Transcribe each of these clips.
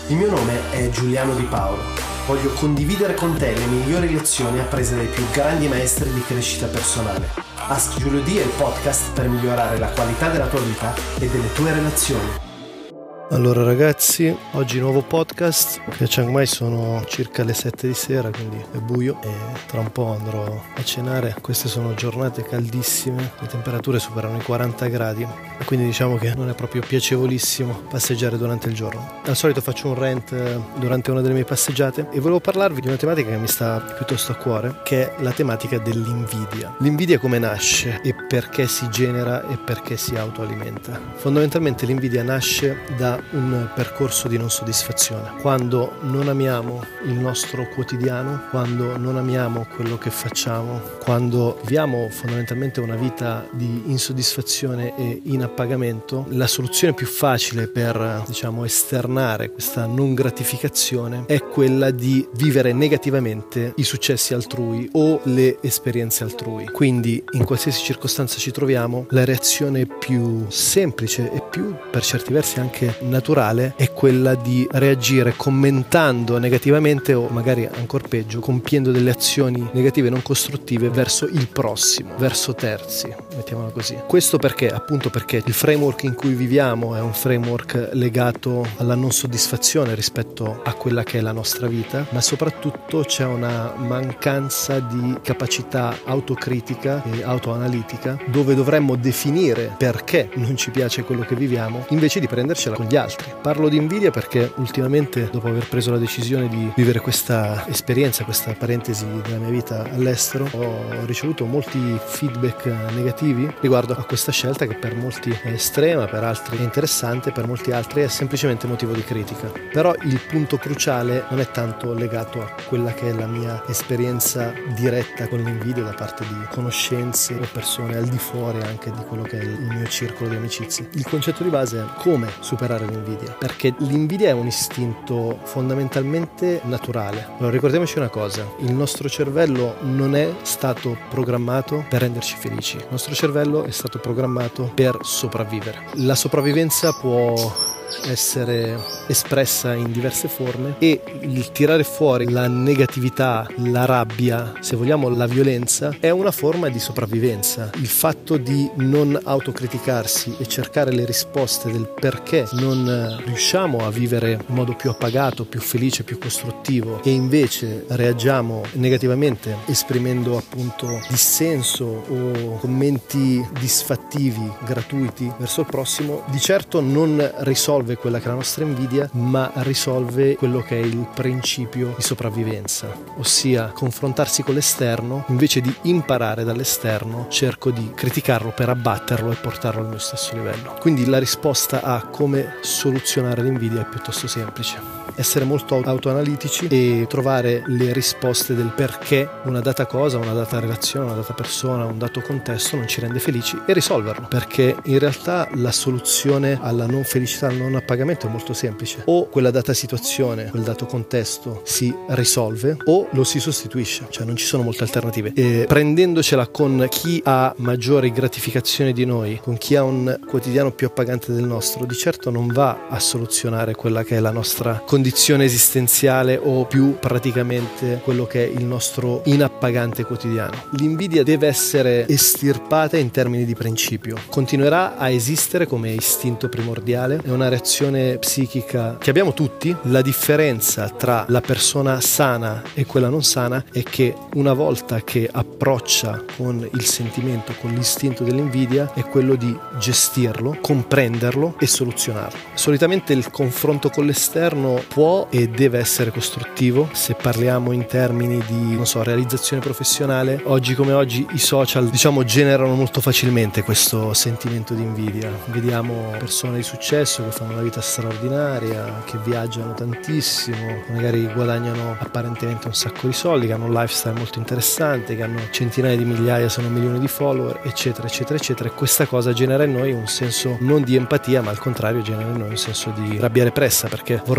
Il mio nome è Giuliano Di Paolo. Voglio condividere con te le migliori lezioni apprese dai più grandi maestri di crescita personale. Ask Giulio D è il podcast per migliorare la qualità della tua vita e delle tue relazioni. Allora ragazzi, oggi nuovo podcast. Qui a Chiang Mai sono circa le 7 di sera, quindi è buio e tra un po' andrò a cenare. Queste sono giornate caldissime, le temperature superano i 40 gradi e quindi diciamo che non è proprio piacevolissimo passeggiare durante il giorno. Al solito faccio un rant durante una delle mie passeggiate e volevo parlarvi di una tematica che mi sta piuttosto a cuore, che è la tematica dell'invidia. L'invidia come nasce e perché si genera e perché si autoalimenta. Fondamentalmente l'invidia nasce da un percorso di non soddisfazione. Quando non amiamo il nostro quotidiano, quando non amiamo quello che facciamo, quando viviamo fondamentalmente una vita di insoddisfazione e inappagamento, la soluzione più facile per, esternare questa non gratificazione è quella di vivere negativamente i successi altrui o le esperienze altrui. Quindi in qualsiasi circostanza ci troviamo, la reazione più semplice e più per certi versi anche naturale è quella di reagire commentando negativamente o magari ancora peggio compiendo delle azioni negative non costruttive verso il prossimo, verso terzi, mettiamola così. Questo perché? Appunto perché il framework in cui viviamo è un framework legato alla non soddisfazione rispetto a quella che è la nostra vita, ma soprattutto c'è una mancanza di capacità autocritica e autoanalitica, dove dovremmo definire perché non ci piace quello che viviamo invece di prendercela con gli altri. Parlo di invidia perché ultimamente, dopo aver preso la decisione di vivere questa esperienza, questa parentesi della mia vita all'estero, ho ricevuto molti feedback negativi riguardo a questa scelta che per molti è estrema, per altri è interessante, per molti altri è semplicemente motivo di critica. Però il punto cruciale non è tanto legato a quella che è la mia esperienza diretta con l'invidia da parte di conoscenze o persone al di fuori anche di quello che è il mio circolo di amicizie. Il concetto di base è come superare l'invidia, perché l'invidia è un istinto fondamentalmente naturale. Allora ricordiamoci una cosa: il nostro cervello non è stato programmato per renderci felici, il nostro cervello è stato programmato per sopravvivere. La sopravvivenza può essere espressa in diverse forme e il tirare fuori la negatività, la rabbia, se vogliamo la violenza, è una forma di sopravvivenza. Il fatto di non autocriticarsi e cercare le risposte del perché non riusciamo a vivere in modo più appagato, più felice, più costruttivo e invece reagiamo negativamente esprimendo appunto dissenso o commenti disfattivi, gratuiti verso il prossimo, di certo non risolve quella che è la nostra invidia, ma risolve quello che è il principio di sopravvivenza, ossia confrontarsi con l'esterno. Invece di imparare dall'esterno, cerco di criticarlo per abbatterlo e portarlo al mio stesso livello. Quindi la risposta a come soluzionare l'invidia è piuttosto semplice: essere molto autoanalitici e trovare le risposte del perché una data cosa, una data relazione, una data persona, un dato contesto non ci rende felici e risolverlo, perché in realtà la soluzione alla non felicità, al non appagamento è molto semplice: o quella data situazione, quel dato contesto si risolve o lo si sostituisce, cioè non ci sono molte alternative. E prendendocela con chi ha maggiori gratificazioni di noi, con chi ha un quotidiano più appagante del nostro, di certo non va a soluzionare quella che è la nostra condizione esistenziale o più praticamente quello che è il nostro inappagante quotidiano. L'invidia deve essere estirpata in termini di principio, continuerà a esistere come istinto primordiale, è una reazione psichica che abbiamo tutti. La differenza tra la persona sana e quella non sana è che una volta che approccia con il sentimento, con l'istinto dell'invidia, è quello di gestirlo, comprenderlo e soluzionarlo. Solitamente il confronto con l'esterno può e deve essere costruttivo. Se parliamo in termini di, realizzazione professionale, oggi come oggi i social, generano molto facilmente questo sentimento di invidia. Vediamo persone di successo che fanno una vita straordinaria, che viaggiano tantissimo, magari guadagnano apparentemente un sacco di soldi, che hanno un lifestyle molto interessante, che hanno centinaia di migliaia se non milioni di follower, eccetera eccetera eccetera, e questa cosa genera in noi un senso non di empatia, ma al contrario genera in noi un senso di rabbia repressa, perché vorremmo probabilmente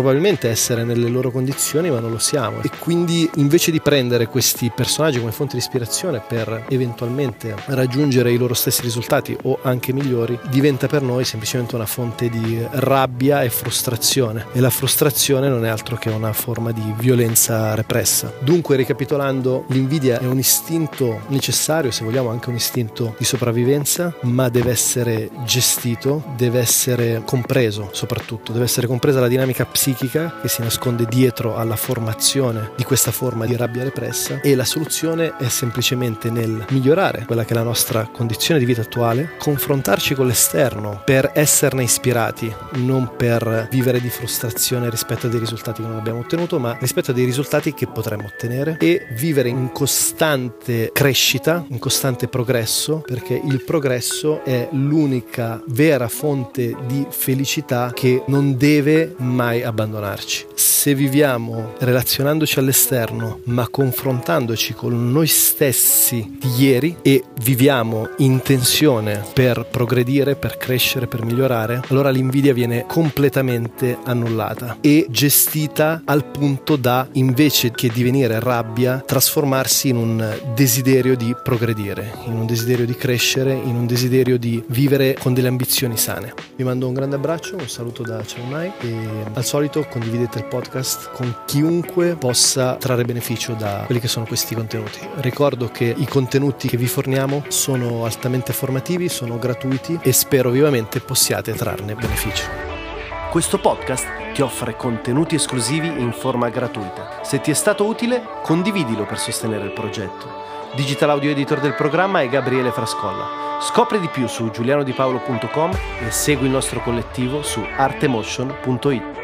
probabilmente essere nelle loro condizioni, ma non lo siamo. E quindi invece di prendere questi personaggi come fonte di ispirazione per eventualmente raggiungere i loro stessi risultati o anche migliori, diventa per noi semplicemente una fonte di rabbia e frustrazione, e la frustrazione non è altro che una forma di violenza repressa. Dunque, ricapitolando, l'invidia è un istinto necessario, se vogliamo anche un istinto di sopravvivenza, ma deve essere gestito, deve essere compreso, soprattutto deve essere compresa la dinamica psichica che si nasconde dietro alla formazione di questa forma di rabbia repressa, e la soluzione è semplicemente nel migliorare quella che è la nostra condizione di vita attuale, confrontarci con l'esterno per esserne ispirati, non per vivere di frustrazione rispetto a dei risultati che non abbiamo ottenuto, ma rispetto a dei risultati che potremmo ottenere, e vivere in costante crescita, in costante progresso, perché il progresso è l'unica vera fonte di felicità che non deve mai abbandonarci. Se viviamo relazionandoci all'esterno ma confrontandoci con noi stessi di ieri e viviamo in tensione per progredire, per crescere, per migliorare, allora l'invidia viene completamente annullata e gestita al punto da, invece che divenire rabbia, trasformarsi in un desiderio di progredire, in un desiderio di crescere, in un desiderio di vivere con delle ambizioni sane. Vi mando un grande abbraccio, un saluto da Chiang Mai, e al solito condividete il podcast con chiunque possa trarre beneficio da quelli che sono questi contenuti. Ricordo che i contenuti che vi forniamo sono altamente formativi, sono gratuiti e spero vivamente possiate trarne beneficio. Questo podcast ti offre contenuti esclusivi in forma gratuita. Se ti è stato utile, condividilo per sostenere il progetto. Digital audio editor del programma è Gabriele Frascolla. Scopri di più su giulianodipaolo.com e segui il nostro collettivo su artemotion.it.